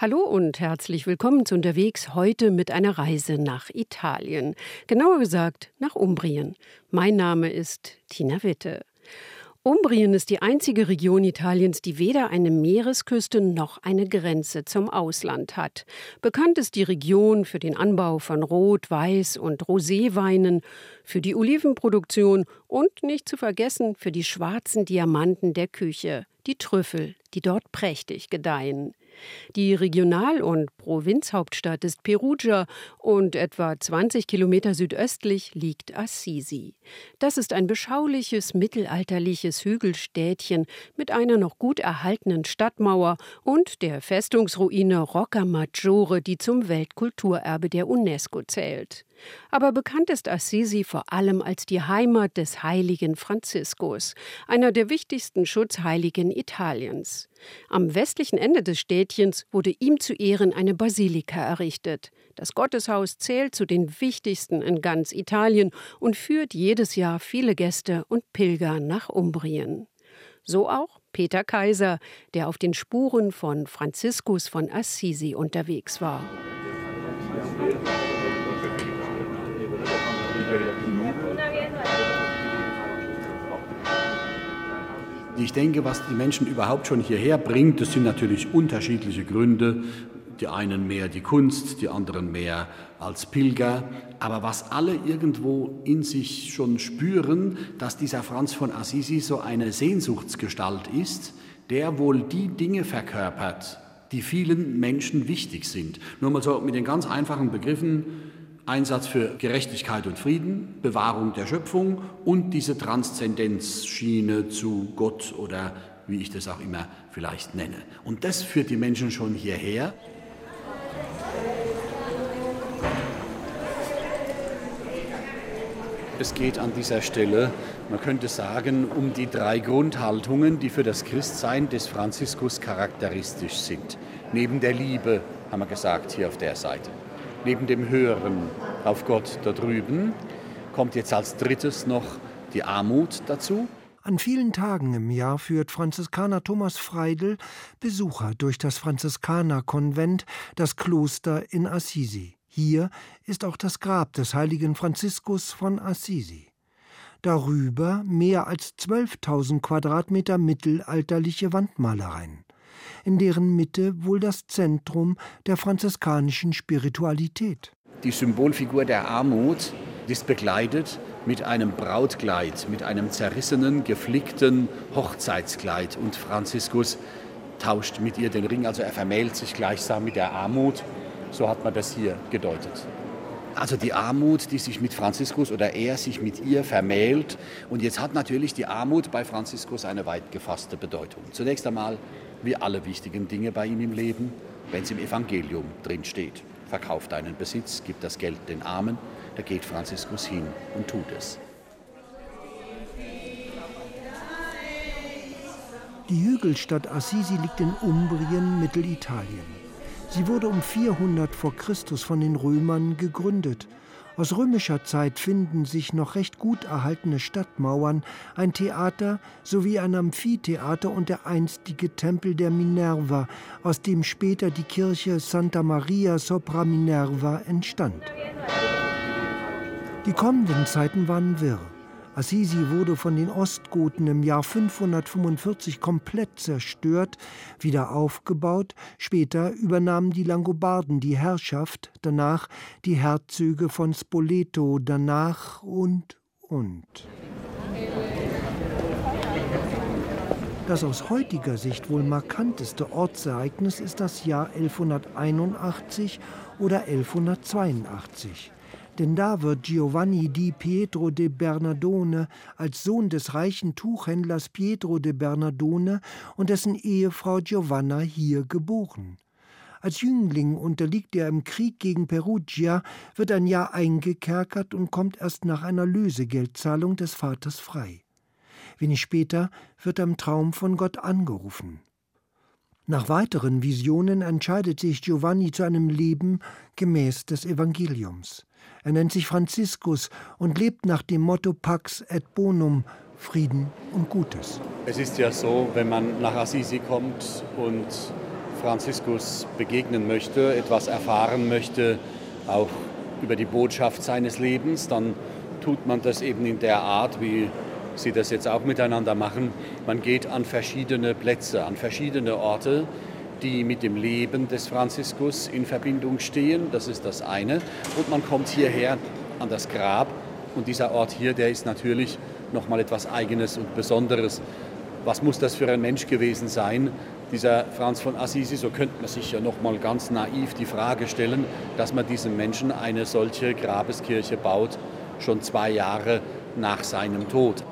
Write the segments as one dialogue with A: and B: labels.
A: Hallo und herzlich willkommen zu Unterwegs, heute mit einer Reise nach Italien. Genauer gesagt nach Umbrien. Mein Name ist Tina Witte. Umbrien ist die einzige Region Italiens, die weder eine Meeresküste noch eine Grenze zum Ausland hat. Bekannt ist die Region für den Anbau von Rot-, Weiß- und Roséweinen, für die Olivenproduktion und nicht zu vergessen für die schwarzen Diamanten der Küche, die Trüffel, die dort prächtig gedeihen. Die Regional- und Provinzhauptstadt ist Perugia und etwa 20 Kilometer südöstlich liegt Assisi. Das ist ein beschauliches, mittelalterliches Hügelstädtchen mit einer noch gut erhaltenen Stadtmauer und der Festungsruine Rocca Maggiore, die zum Weltkulturerbe der UNESCO zählt. Aber bekannt ist Assisi vor allem als die Heimat des heiligen Franziskus, einer der wichtigsten Schutzheiligen Italiens. Am westlichen Ende des Städtchens wurde ihm zu Ehren eine Basilika errichtet. Das Gotteshaus zählt zu den wichtigsten in ganz Italien und führt jedes Jahr viele Gäste und Pilger nach Umbrien. So auch Peter Kaiser, der auf den Spuren von Franziskus von Assisi unterwegs war.
B: Ich denke, was die Menschen überhaupt schon hierher bringt, das sind natürlich unterschiedliche Gründe. Die einen mehr die Kunst, die anderen mehr als Pilger. Aber was alle irgendwo in sich schon spüren, dass dieser Franz von Assisi so eine Sehnsuchtsgestalt ist, der wohl die Dinge verkörpert, die vielen Menschen wichtig sind. Nur mal so mit den ganz einfachen Begriffen: Einsatz für Gerechtigkeit und Frieden, Bewahrung der Schöpfung und diese Transzendenzschiene zu Gott oder wie ich das auch immer vielleicht nenne. Und das führt die Menschen schon hierher. Es geht an dieser Stelle, man könnte sagen, um die 3 Grundhaltungen, die für das Christsein des Franziskus charakteristisch sind. Neben der Liebe, haben wir gesagt, hier auf der Seite. Neben dem Hören auf Gott da drüben kommt jetzt als drittes noch die Armut dazu.
C: An vielen Tagen im Jahr führt Franziskaner Thomas Freidl Besucher durch das Franziskanerkonvent, das Kloster in Assisi. Hier ist auch das Grab des heiligen Franziskus von Assisi. Darüber mehr als 12.000 Quadratmeter mittelalterliche Wandmalereien, in deren Mitte wohl das Zentrum der franziskanischen Spiritualität.
B: Die Symbolfigur der Armut ist bekleidet mit einem Brautkleid, mit einem zerrissenen, geflickten Hochzeitskleid. Und Franziskus tauscht mit ihr den Ring, also er vermählt sich gleichsam mit der Armut. So hat man das hier gedeutet. Also die Armut, die sich mit Franziskus oder er sich mit ihr vermählt. Und jetzt hat natürlich die Armut bei Franziskus eine weit gefasste Bedeutung. Zunächst einmal, wie alle wichtigen Dinge bei ihm im Leben, wenn es im Evangelium drin steht. Verkauf deinen Besitz, gib das Geld den Armen. Da geht Franziskus hin und tut es.
C: Die Hügelstadt Assisi liegt in Umbrien, Mittelitalien. Sie wurde um 400 vor Christus von den Römern gegründet. Aus römischer Zeit finden sich noch recht gut erhaltene Stadtmauern, ein Theater sowie ein Amphitheater und der einstige Tempel der Minerva, aus dem später die Kirche Santa Maria sopra Minerva entstand. Die kommenden Zeiten waren wirr. Assisi wurde von den Ostgoten im Jahr 545 komplett zerstört, wieder aufgebaut. Später übernahmen die Langobarden die Herrschaft, danach die Herzöge von Spoleto, danach und. Das aus heutiger Sicht wohl markanteste Ortsereignis ist das Jahr 1181 oder 1182. Denn da wird Giovanni di Pietro de Bernardone als Sohn des reichen Tuchhändlers Pietro de Bernardone und dessen Ehefrau Giovanna hier geboren. Als Jüngling unterliegt er im Krieg gegen Perugia, wird ein Jahr eingekerkert und kommt erst nach einer Lösegeldzahlung des Vaters frei. Wenig später wird er im Traum von Gott angerufen. Nach weiteren Visionen entscheidet sich Giovanni zu einem Leben gemäß des Evangeliums. Er nennt sich Franziskus und lebt nach dem Motto Pax et Bonum, Frieden und Gutes.
B: Es ist ja so, wenn man nach Assisi kommt und Franziskus begegnen möchte, etwas erfahren möchte, auch über die Botschaft seines Lebens, dann tut man das eben in der Art, wie Sie das jetzt auch miteinander machen. Man geht an verschiedene Plätze, an verschiedene Orte, die mit dem Leben des Franziskus in Verbindung stehen. Das ist das eine. Und man kommt hierher an das Grab. Und dieser Ort hier, der ist natürlich nochmal etwas Eigenes und Besonderes. Was muss das für ein Mensch gewesen sein, dieser Franz von Assisi? So könnte man sich ja nochmal ganz naiv die Frage stellen, dass man diesem Menschen eine solche Grabeskirche baut, schon 2 Jahre nach seinem Tod.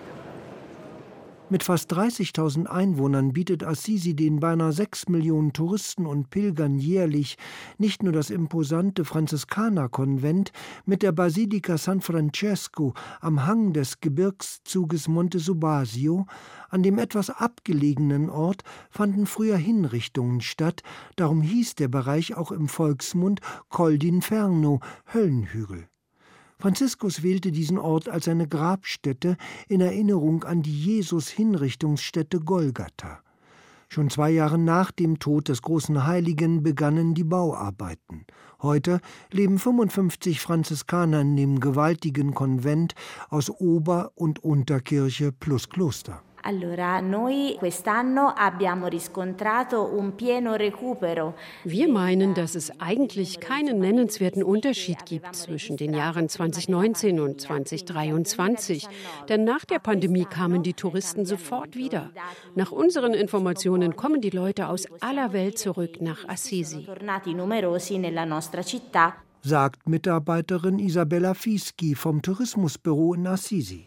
C: Mit fast 30.000 Einwohnern bietet Assisi den beinahe 6 Millionen Touristen und Pilgern jährlich nicht nur das imposante Franziskanerkonvent mit der Basilika San Francesco am Hang des Gebirgszuges Monte Subasio. An dem etwas abgelegenen Ort fanden früher Hinrichtungen statt, darum hieß der Bereich auch im Volksmund Col d'Inferno, Höllenhügel. Franziskus wählte diesen Ort als seine Grabstätte in Erinnerung an die Jesus-Hinrichtungsstätte Golgatha. Schon 2 Jahre nach dem Tod des großen Heiligen begannen die Bauarbeiten. Heute leben 55 Franziskaner in dem gewaltigen Konvent aus Ober- und Unterkirche plus Kloster.
D: Allora, noi quest'anno abbiamo riscontrato un pieno recupero.
A: Wir meinen, dass es eigentlich keinen nennenswerten Unterschied gibt zwischen den Jahren 2019 und 2023. Denn nach der Pandemie kamen die Touristen sofort wieder. Nach unseren Informationen kommen die Leute aus aller Welt zurück nach Assisi.
C: Sagt Mitarbeiterin Isabella Fischi vom Tourismusbüro in Assisi.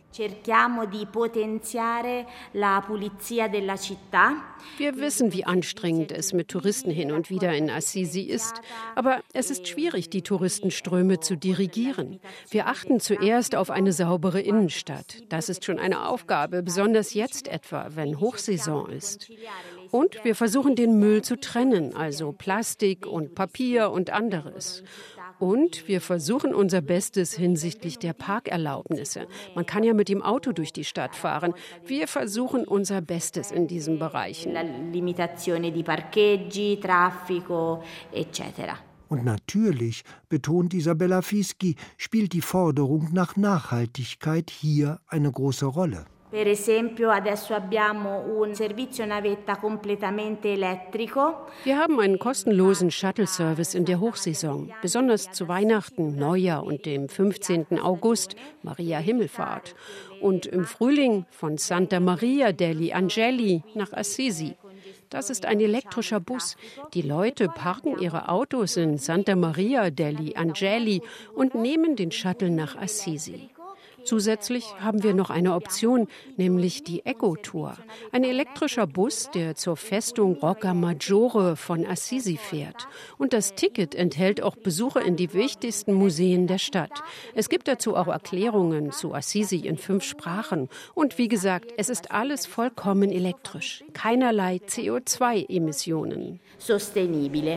A: Wir wissen, wie anstrengend es mit Touristen hin und wieder in Assisi ist. Aber es ist schwierig, die Touristenströme zu dirigieren. Wir achten zuerst auf eine saubere Innenstadt. Das ist schon eine Aufgabe, besonders jetzt etwa, wenn Hochsaison ist. Und wir versuchen, den Müll zu trennen, also Plastik und Papier und anderes. Und wir versuchen unser Bestes hinsichtlich der Parkerlaubnisse. Man kann ja mit dem Auto durch die Stadt fahren. Wir versuchen unser Bestes in diesen Bereichen.
D: Limitazione di parcheggi, traffico, etc.
C: Und natürlich, betont Isabella Fischi, spielt die Forderung nach Nachhaltigkeit hier eine große Rolle.
D: Per esempio, adesso abbiamo un servizio navetta completamente elettrico.
A: Wir haben einen kostenlosen Shuttle-Service in der Hochsaison, besonders zu Weihnachten, Neujahr und dem 15. August, Maria Himmelfahrt. Und im Frühling von Santa Maria degli Angeli nach Assisi. Das ist ein elektrischer Bus. Die Leute parken ihre Autos in Santa Maria degli Angeli und nehmen den Shuttle nach Assisi. Zusätzlich haben wir noch eine Option, nämlich die Eco-Tour. Ein elektrischer Bus, der zur Festung Rocca Maggiore von Assisi fährt. Und das Ticket enthält auch Besuche in die wichtigsten Museen der Stadt. Es gibt dazu auch Erklärungen zu Assisi in 5 Sprachen. Und wie gesagt, es ist alles vollkommen elektrisch. Keinerlei CO2-Emissionen.
D: Sostenibile.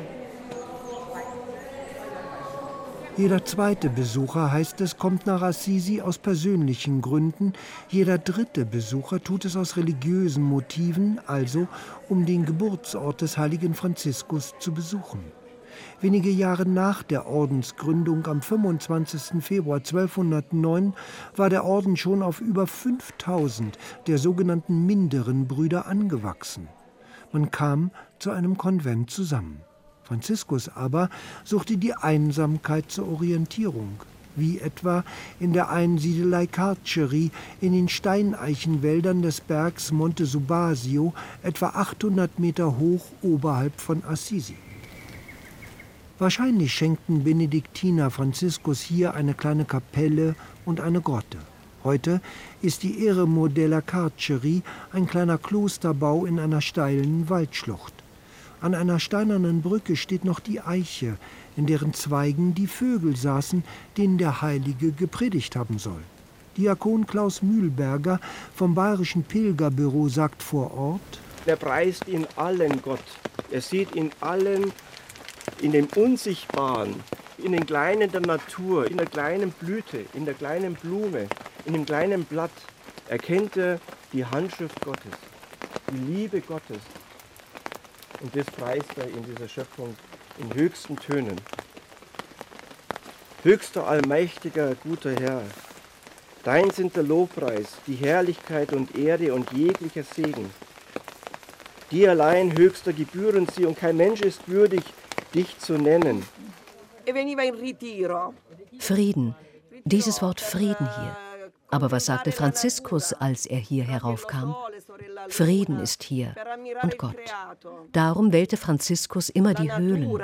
C: Jeder zweite Besucher, heißt es, kommt nach Assisi aus persönlichen Gründen. Jeder dritte Besucher tut es aus religiösen Motiven, also um den Geburtsort des heiligen Franziskus zu besuchen. Wenige Jahre nach der Ordensgründung am 25. Februar 1209 war der Orden schon auf über 5000 der sogenannten minderen Brüder angewachsen. Man kam zu einem Konvent zusammen. Franziskus aber suchte die Einsamkeit zur Orientierung, wie etwa in der Einsiedelei Carceri in den Steineichenwäldern des Bergs Monte Subasio, etwa 800 Meter hoch oberhalb von Assisi. Wahrscheinlich schenkten Benediktiner Franziskus hier eine kleine Kapelle und eine Grotte. Heute ist die Eremo della Carceri ein kleiner Klosterbau in einer steilen Waldschlucht. An einer steinernen Brücke steht noch die Eiche, in deren Zweigen die Vögel saßen, denen der Heilige gepredigt haben soll. Diakon Klaus Mühlberger vom Bayerischen Pilgerbüro sagt vor Ort:
E: Er preist in allen Gott. Er sieht in allen, in dem Unsichtbaren, in den Kleinen der Natur, in der kleinen Blüte, in der kleinen Blume, in dem kleinen Blatt, erkennt er die Handschrift Gottes, die Liebe Gottes. Und das preist er in dieser Schöpfung in höchsten Tönen. Höchster, allmächtiger, guter Herr, dein sind der Lobpreis, die Herrlichkeit und Ehre und jeglicher Segen. Dir allein, Höchster, gebühren sie, und kein Mensch ist würdig, dich zu nennen.
F: Frieden, dieses Wort Frieden hier. Aber was sagte Franziskus, als er hier heraufkam? Frieden ist hier und Gott. Darum wählte Franziskus immer die Höhlen.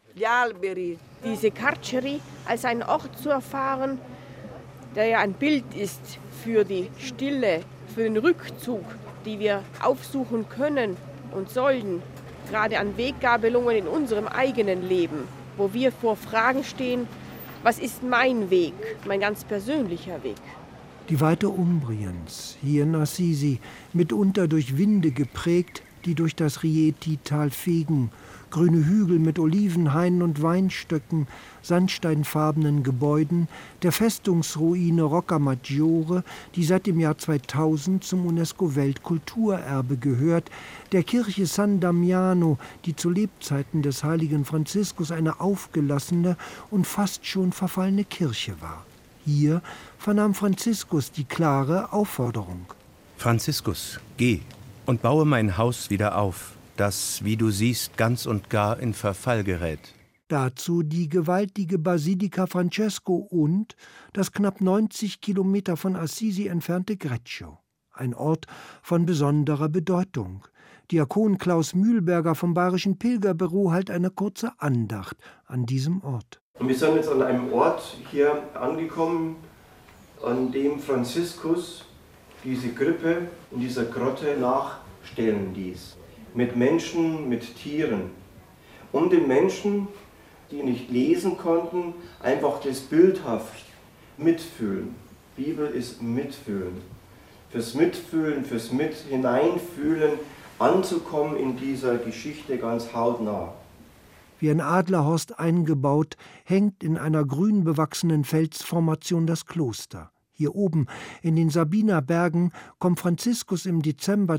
G: Diese Carceri als einen Ort zu erfahren, der ja ein Bild ist für die Stille, für den Rückzug, die wir aufsuchen können und sollen, gerade an Weggabelungen in unserem eigenen Leben, wo wir vor Fragen stehen, was ist mein Weg, mein ganz persönlicher Weg.
C: Die Weite Umbriens, hier in Assisi, mitunter durch Winde geprägt, die durch das Rieti-Tal fegen, grüne Hügel mit Olivenhainen und Weinstöcken, sandsteinfarbenen Gebäuden, der Festungsruine Roccamaggiore, die seit dem Jahr 2000 zum UNESCO-Weltkulturerbe gehört, der Kirche San Damiano, die zu Lebzeiten des heiligen Franziskus eine aufgelassene und fast schon verfallene Kirche war. Hier vernahm Franziskus die klare Aufforderung.
H: Franziskus, geh und baue mein Haus wieder auf, das, wie du siehst, ganz und gar in Verfall gerät.
C: Dazu die gewaltige Basilika Francesco und das knapp 90 Kilometer von Assisi entfernte Greccio. Ein Ort von besonderer Bedeutung. Diakon Klaus Mühlberger vom Bayerischen Pilgerbüro hält eine kurze Andacht an diesem Ort.
E: Und wir sind jetzt an einem Ort hier angekommen, an dem Franziskus diese Krippe in dieser Grotte nachstellen ließ. Mit Menschen, mit Tieren. Um den Menschen, die nicht lesen konnten, einfach das bildhaft mitfühlen. Bibel ist Mitfühlen. Fürs Mitfühlen, fürs Mit-Hineinfühlen, anzukommen in dieser Geschichte ganz hautnah.
C: Wie ein Adlerhorst eingebaut, hängt in einer grün bewachsenen Felsformation das Kloster. Hier oben in den Sabinerbergen kommt Franziskus im Dezember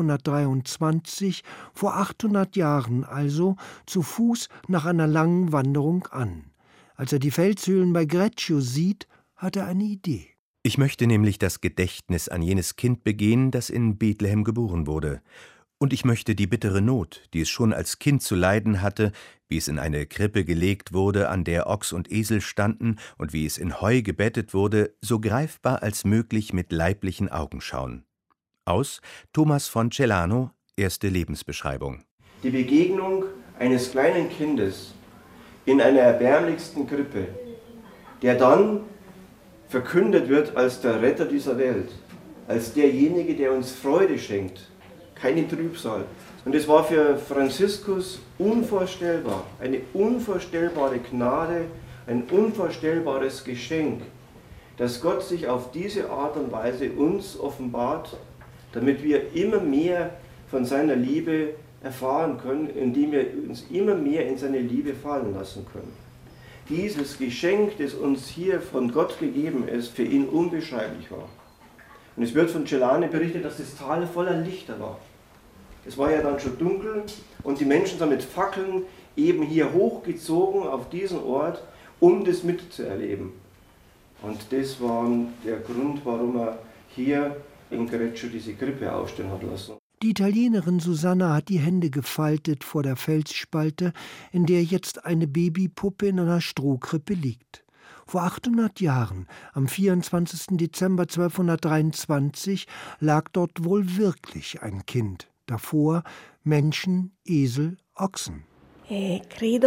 C: 1223, vor 800 Jahren also, zu Fuß nach einer langen Wanderung an. Als er die Felshöhlen bei Greccio sieht, hat er eine Idee.
H: Ich möchte nämlich das Gedächtnis an jenes Kind begehen, das in Bethlehem geboren wurde. Und ich möchte die bittere Not, die es schon als Kind zu leiden hatte, wie es in eine Krippe gelegt wurde, an der Ochs und Esel standen, und wie es in Heu gebettet wurde, so greifbar als möglich mit leiblichen Augen schauen. Aus Thomas von Celano, erste Lebensbeschreibung.
E: Die Begegnung eines kleinen Kindes in einer erbärmlichsten Krippe, der dann verkündet wird als der Retter dieser Welt, als derjenige, der uns Freude schenkt, keine Trübsal. Und es war für Franziskus unvorstellbar, eine unvorstellbare Gnade, ein unvorstellbares Geschenk, dass Gott sich auf diese Art und Weise uns offenbart, damit wir immer mehr von seiner Liebe erfahren können, indem wir uns immer mehr in seine Liebe fallen lassen können. Dieses Geschenk, das uns hier von Gott gegeben ist, für ihn unbeschreiblich war. Und es wird von Celano berichtet, dass das Tal voller Lichter war. Es war ja dann schon dunkel und die Menschen sind mit Fackeln eben hier hochgezogen auf diesen Ort, um das mitzuerleben. Und das war der Grund, warum er hier in Greccio diese Krippe aufstellen hat lassen.
C: Die Italienerin Susanna hat die Hände gefaltet vor der Felsspalte, in der jetzt eine Babypuppe in einer Strohkrippe liegt. Vor 800 Jahren, am 24. Dezember 1223, lag dort wohl wirklich ein Kind. Davor Menschen, Esel, Ochsen.
F: Ich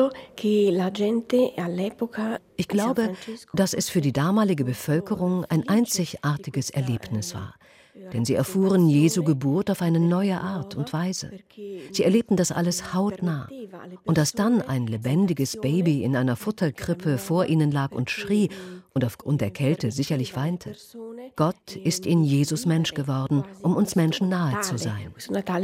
F: glaube, dass es für die damalige Bevölkerung ein einzigartiges Erlebnis war. Denn sie erfuhren Jesu Geburt auf eine neue Art und Weise. Sie erlebten das alles hautnah. Und dass dann ein lebendiges Baby in einer Futterkrippe vor ihnen lag und schrie und aufgrund der Kälte sicherlich weinte. Gott ist in Jesus Mensch geworden, um uns Menschen nahe zu sein.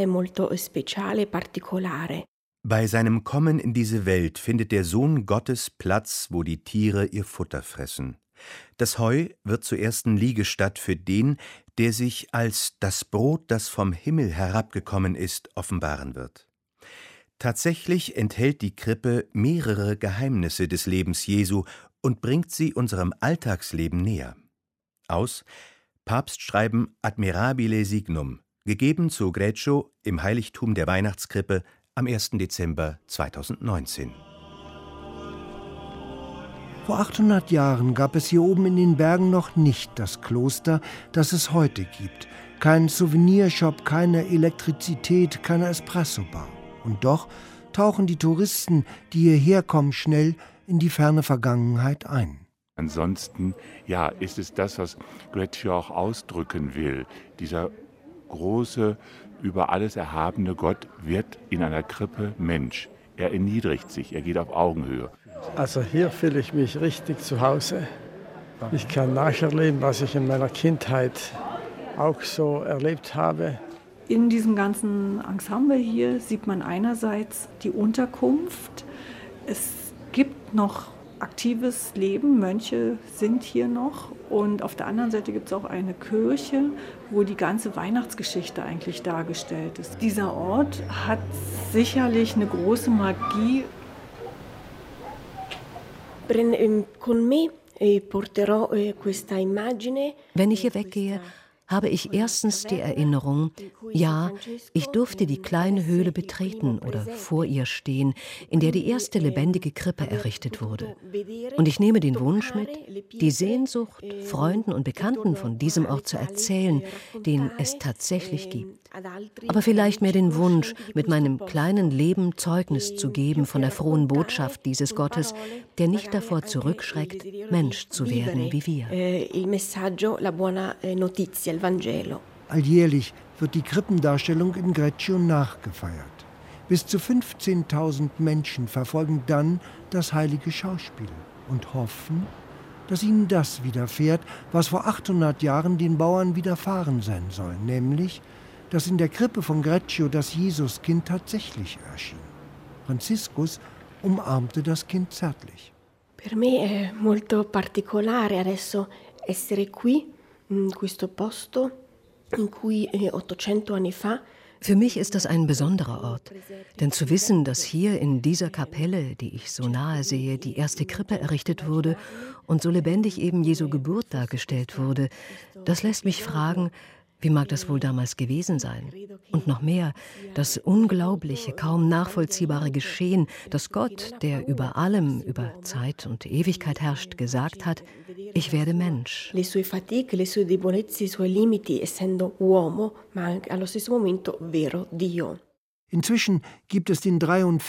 H: Bei seinem Kommen in diese Welt findet der Sohn Gottes Platz, wo die Tiere ihr Futter fressen. Das Heu wird zur ersten Liegestatt für den, der sich als das Brot, das vom Himmel herabgekommen ist, offenbaren wird. Tatsächlich enthält die Krippe mehrere Geheimnisse des Lebens Jesu und bringt sie unserem Alltagsleben näher. Aus Papstschreiben Admirabile Signum, gegeben zu Greccio im Heiligtum der Weihnachtskrippe am 1. Dezember 2019.
C: Vor 800 Jahren gab es hier oben in den Bergen noch nicht das Kloster, das es heute gibt. Kein Souvenirshop, keine Elektrizität, keine Espresso-Bar. Und doch tauchen die Touristen, die hierher kommen, schnell in die ferne Vergangenheit ein.
I: Ansonsten, ist es das, was Greccio auch ausdrücken will. Dieser große, über alles erhabene Gott wird in einer Krippe Mensch. Er erniedrigt sich, er geht auf Augenhöhe.
J: Also hier fühle ich mich richtig zu Hause. Ich kann nacherleben, was ich in meiner Kindheit auch so erlebt habe.
K: In diesem ganzen Ensemble hier sieht man einerseits die Unterkunft. Es gibt noch aktives Leben, Mönche sind hier noch. Und auf der anderen Seite gibt es auch eine Kirche, wo die ganze Weihnachtsgeschichte eigentlich dargestellt ist. Dieser Ort hat sicherlich eine große Magie.
F: Wenn ich hier weggehe, habe ich erstens die Erinnerung, ja, ich durfte die kleine Höhle betreten oder vor ihr stehen, in der die erste lebendige Krippe errichtet wurde. Und ich nehme den Wunsch mit, die Sehnsucht, Freunden und Bekannten von diesem Ort zu erzählen, den es tatsächlich gibt. Aber vielleicht mehr den Wunsch, mit meinem kleinen Leben Zeugnis zu geben von der frohen Botschaft dieses Gottes, der nicht davor zurückschreckt, Mensch zu werden wie wir.
C: Alljährlich wird die Krippendarstellung in Greccio nachgefeiert. Bis zu 15.000 Menschen verfolgen dann das heilige Schauspiel und hoffen, dass ihnen das widerfährt, was vor 800 Jahren den Bauern widerfahren sein soll, nämlich, dass in der Krippe von Greccio das Jesuskind tatsächlich erschien. Franziskus umarmte das Kind zärtlich.
L: Per me è molto particolare adesso essere qui in questo posto in cui 800 anni fa.
F: Für mich ist das ein besonderer Ort, denn zu wissen, dass hier in dieser Kapelle, die ich so nahe sehe, die erste Krippe errichtet wurde und so lebendig eben Jesu Geburt dargestellt wurde, das lässt mich fragen, wie mag das wohl damals gewesen sein? Und noch mehr, das unglaubliche, kaum nachvollziehbare Geschehen, dass Gott, der über allem, über Zeit und Ewigkeit herrscht, gesagt hat, ich werde Mensch.
L: Le sue fatiche, le sue debolezze, i suoi limiti, essendo uomo, ma allo stesso momento vero Dio.
C: Inzwischen gibt es den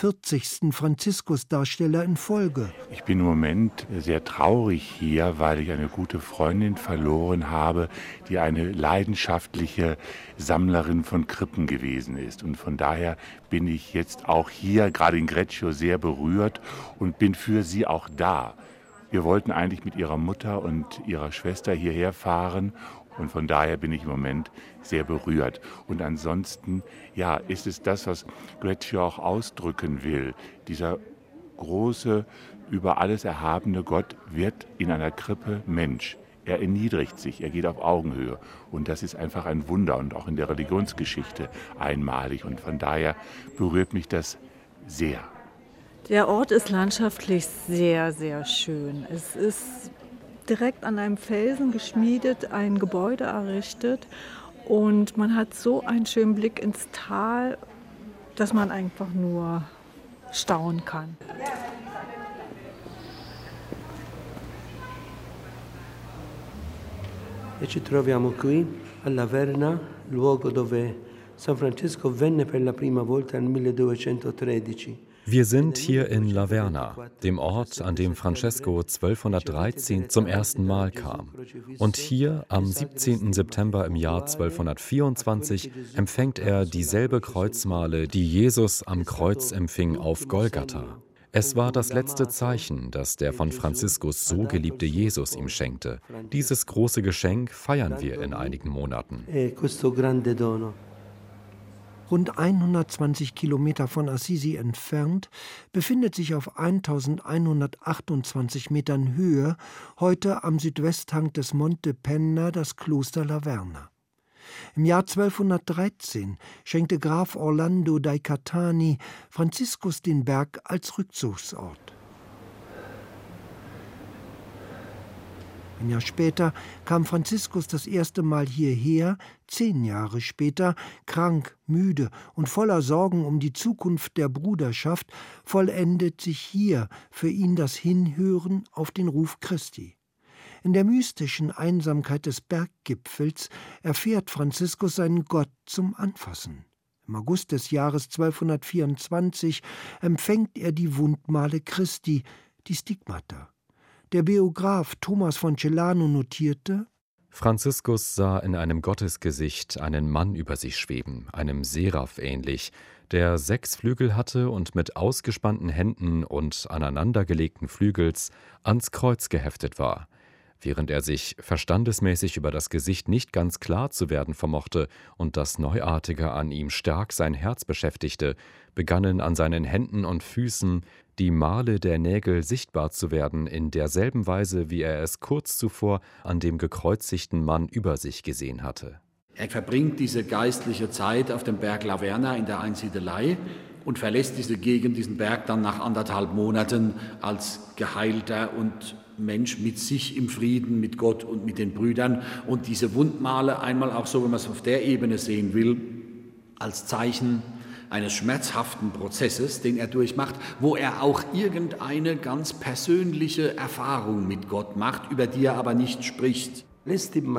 C: 43. Franziskusdarsteller in Folge.
I: Ich bin im Moment sehr traurig hier, weil ich eine gute Freundin verloren habe, die eine leidenschaftliche Sammlerin von Krippen gewesen ist. Und von daher bin ich jetzt auch hier, gerade in Greccio, sehr berührt und bin für sie auch da. Wir wollten eigentlich mit ihrer Mutter und ihrer Schwester hierher fahren. Und von daher bin ich im Moment sehr berührt. Und ansonsten, ist es das, was Greccio auch ausdrücken will. Dieser große, über alles erhabene Gott wird in einer Krippe Mensch. Er erniedrigt sich, er geht auf Augenhöhe. Und das ist einfach ein Wunder und auch in der Religionsgeschichte einmalig. Und von daher berührt mich das sehr.
K: Der Ort ist landschaftlich sehr, sehr schön. Es ist direkt an einem Felsen geschmiedet, ein Gebäude errichtet und man hat so einen schönen Blick ins Tal, dass man einfach nur staunen kann.
M: E ci troviamo qui a Laverna, luogo dove San Francesco venne per la prima volta nel 1213.
N: Wir sind hier in Laverna, dem Ort, an dem Francesco 1213 zum ersten Mal kam. Und hier, am 17. September im Jahr 1224, empfängt er dieselbe Kreuzmale, die Jesus am Kreuz empfing auf Golgatha. Es war das letzte Zeichen, das der von Franziskus so geliebte Jesus ihm schenkte. Dieses große Geschenk feiern wir in einigen Monaten.
C: Rund 120 Kilometer von Assisi entfernt befindet sich auf 1128 Metern Höhe heute am Südwesthang des Monte Penna das Kloster Laverna. Im Jahr 1213 schenkte Graf Orlando dei Catani Franziskus den Berg als Rückzugsort. Ein Jahr später kam Franziskus das erste Mal hierher, 10 Jahre später, krank, müde und voller Sorgen um die Zukunft der Bruderschaft, vollendet sich hier für ihn das Hinhören auf den Ruf Christi. In der mystischen Einsamkeit des Berggipfels erfährt Franziskus seinen Gott zum Anfassen. Im August des Jahres 1224 empfängt er die Wundmale Christi, die Stigmata. Der Biograf Thomas von Celano notierte:
N: Franziskus sah in einem Gottesgesicht einen Mann über sich schweben, einem Seraph ähnlich, der 6 Flügel hatte und mit ausgespannten Händen und aneinandergelegten Flügels ans Kreuz geheftet war. Während er sich verstandesmäßig über das Gesicht nicht ganz klar zu werden vermochte und das Neuartige an ihm stark sein Herz beschäftigte, begannen an seinen Händen und Füßen die Male der Nägel sichtbar zu werden, in derselben Weise, wie er es kurz zuvor an dem gekreuzigten Mann über sich gesehen hatte.
B: Er verbringt diese geistliche Zeit auf dem Berg Laverna in der Einsiedelei und verlässt diese Gegend, diesen Berg dann nach 1,5 Monaten als geheilter und Mensch mit sich im Frieden, mit Gott und mit den Brüdern. Und diese Wundmale einmal auch so, wenn man es auf der Ebene sehen will, als Zeichen eines schmerzhaften Prozesses, den er durchmacht, wo er auch irgendeine ganz persönliche Erfahrung mit Gott macht, über die er aber nicht spricht.
N: Die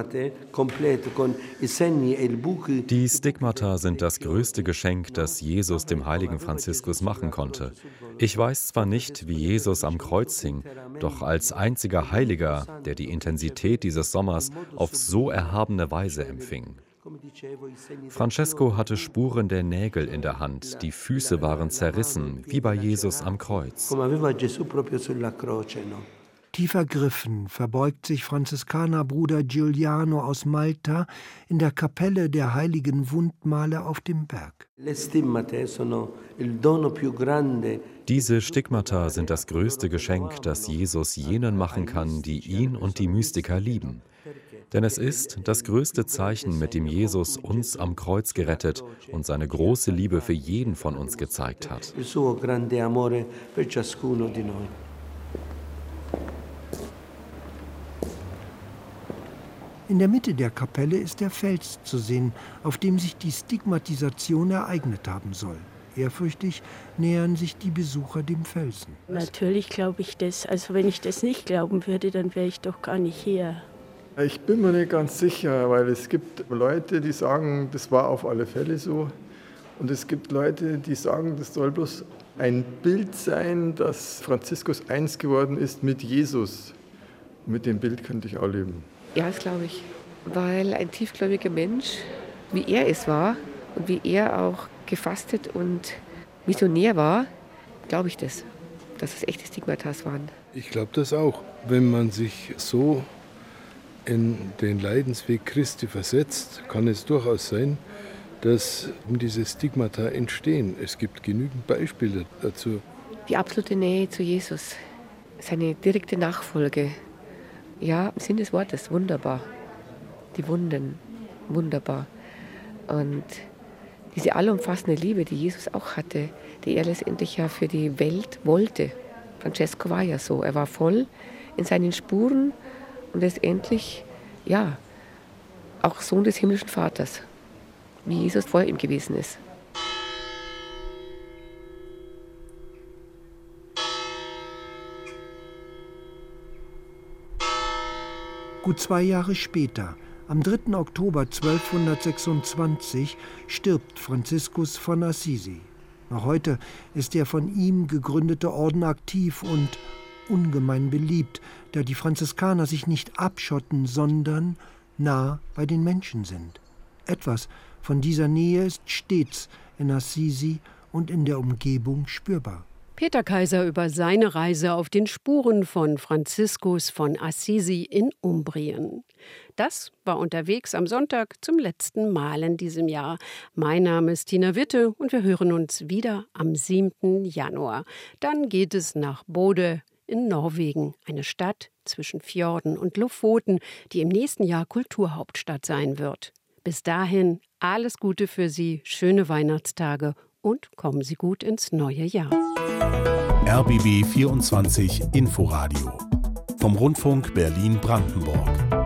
N: Stigmata sind das größte Geschenk, das Jesus dem heiligen Franziskus machen konnte. Ich weiß zwar nicht, wie Jesus am Kreuz hing, doch als einziger Heiliger, der die Intensität dieses Sommers auf so erhabene Weise empfing. Francesco hatte Spuren der Nägel in der Hand, die Füße waren zerrissen, wie bei Jesus am Kreuz.
C: Tief ergriffen verbeugt sich Franziskanerbruder Giuliano aus Malta in der Kapelle der heiligen Wundmale auf dem Berg.
N: Diese Stigmata sind das größte Geschenk, das Jesus jenen machen kann, die ihn und die Mystiker lieben. Denn es ist das größte Zeichen, mit dem Jesus uns am Kreuz gerettet und seine große Liebe für jeden von uns gezeigt hat.
C: In der Mitte der Kapelle ist der Fels zu sehen, auf dem sich die Stigmatisation ereignet haben soll. Ehrfürchtig nähern sich die Besucher dem Felsen.
O: Natürlich glaube ich das. Also wenn ich das nicht glauben würde, dann wäre ich doch gar nicht hier.
J: Ich bin mir nicht ganz sicher, weil es gibt Leute, die sagen, das war auf alle Fälle so. Und es gibt Leute, die sagen, das soll bloß ein Bild sein, dass Franziskus eins geworden ist mit Jesus. Mit dem Bild könnte ich auch leben.
P: Ja, das glaube ich. Weil ein tiefgläubiger Mensch, wie er es war und wie er auch gefastet und missionär war, glaube ich das, dass es echte Stigmatas waren.
Q: Ich glaube das auch. Wenn man sich so in den Leidensweg Christi versetzt, kann es durchaus sein, dass diese Stigmata entstehen. Es gibt genügend Beispiele dazu.
P: Die absolute Nähe zu Jesus, seine direkte Nachfolge. Ja, im Sinn des Wortes, wunderbar. Die Wunden, wunderbar. Und diese allumfassende Liebe, die Jesus auch hatte, die er letztendlich ja für die Welt wollte. Francesco war ja so, er war voll in seinen Spuren und letztendlich, ja, auch Sohn des himmlischen Vaters, wie Jesus vor ihm gewesen ist.
C: Gut 2 Jahre später, am 3. Oktober 1226, stirbt Franziskus von Assisi. Noch heute ist der von ihm gegründete Orden aktiv und ungemein beliebt, da die Franziskaner sich nicht abschotten, sondern nah bei den Menschen sind. Etwas von dieser Nähe ist stets in Assisi und in der Umgebung spürbar.
A: Peter Kaiser über seine Reise auf den Spuren von Franziskus von Assisi in Umbrien. Das war unterwegs am Sonntag zum letzten Mal in diesem Jahr. Mein Name ist Tina Witte und wir hören uns wieder am 7. Januar. Dann geht es nach Bodø in Norwegen, eine Stadt zwischen Fjorden und Lofoten, die im nächsten Jahr Kulturhauptstadt sein wird. Bis dahin alles Gute für Sie, schöne Weihnachtstage und kommen Sie gut ins neue Jahr.
R: RBB 24 Inforadio vom Rundfunk Berlin-Brandenburg.